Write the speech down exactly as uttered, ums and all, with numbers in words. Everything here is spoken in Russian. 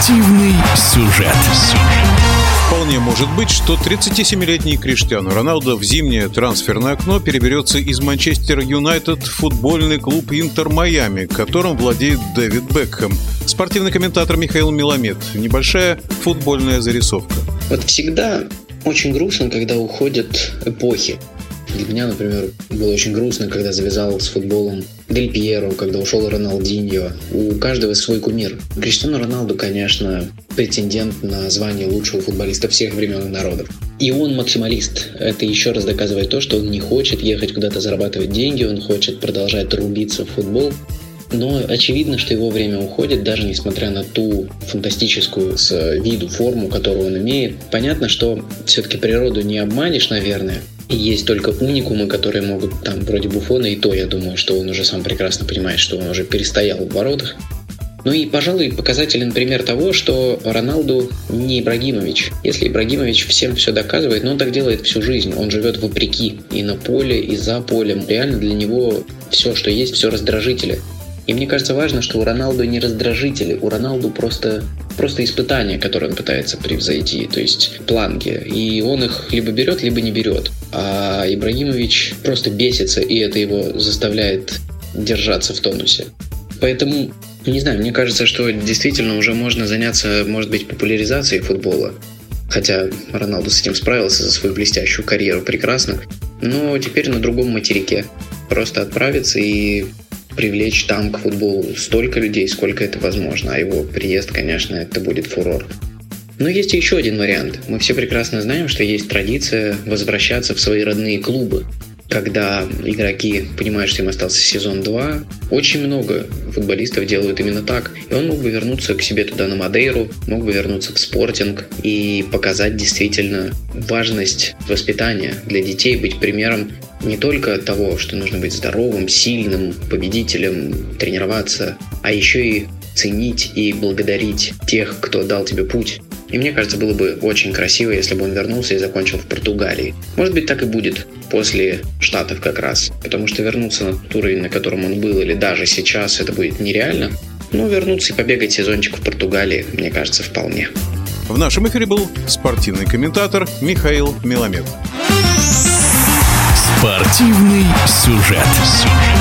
Спортивный сюжет. Вполне может быть, что тридцатисемилетний Криштиану Роналдо в зимнее трансферное окно переберется из Манчестер Юнайтед в футбольный клуб Интер Майами, которым владеет Дэвид Бекхэм. Спортивный комментатор Михаил Меламед. Небольшая футбольная зарисовка. Вот всегда очень грустно, когда уходят эпохи. Для меня, например, было очень грустно, когда завязал с футболом Дель Пьеро, когда ушел Роналдиньо. У каждого свой кумир. Криштиану Роналду, конечно, претендент на звание лучшего футболиста всех времен и народов. И он максималист. Это еще раз доказывает то, что он не хочет ехать куда-то зарабатывать деньги, он хочет продолжать рубиться в футбол. Но очевидно, что его время уходит, даже несмотря на ту фантастическую с виду форму, которую он имеет. Понятно, что все-таки природу не обманешь, наверное. И есть только уникумы, которые могут, там, вроде Буфона, и то, я думаю, что он уже сам прекрасно понимает, что он уже перестоял в воротах. Ну и, пожалуй, показателен пример того, что Роналду не Ибрагимович. Если Ибрагимович всем все доказывает, но он так делает всю жизнь. Он живет вопреки и на поле, и за полем. Реально для него все, что есть, все раздражители. И мне кажется важно, что у Роналду не раздражители, у Роналду просто, просто испытания, которые он пытается превзойти, то есть планки. И он их либо берет, либо не берет. А Ибрагимович просто бесится, и это его заставляет держаться в тонусе. Поэтому, не знаю, мне кажется, что действительно уже можно заняться, может быть, популяризацией футбола. Хотя Роналду с этим справился за свою блестящую карьеру прекрасно. Но теперь на другом материке. Просто отправиться и привлечь там к футболу столько людей, сколько это возможно. А его приезд, конечно, это будет фурор. Но есть еще один вариант. Мы все прекрасно знаем, что есть традиция возвращаться в свои родные клубы. Когда игроки понимают, что им остался сезон два, очень много футболистов делают именно так. И он мог бы вернуться к себе туда на Мадейру, мог бы вернуться в Спортинг и показать действительно важность воспитания для детей, быть примером не только того, что нужно быть здоровым, сильным, победителем, тренироваться, а еще и ценить и благодарить тех, кто дал тебе путь. И мне кажется, было бы очень красиво, если бы он вернулся и закончил в Португалии. Может быть, так и будет после Штатов как раз. Потому что вернуться на тот уровень, на котором он был, или даже сейчас, это будет нереально. Но вернуться и побегать сезончик в Португалии, мне кажется, вполне. В нашем эфире был спортивный комментатор Михаил Меламед. Спортивный сюжет.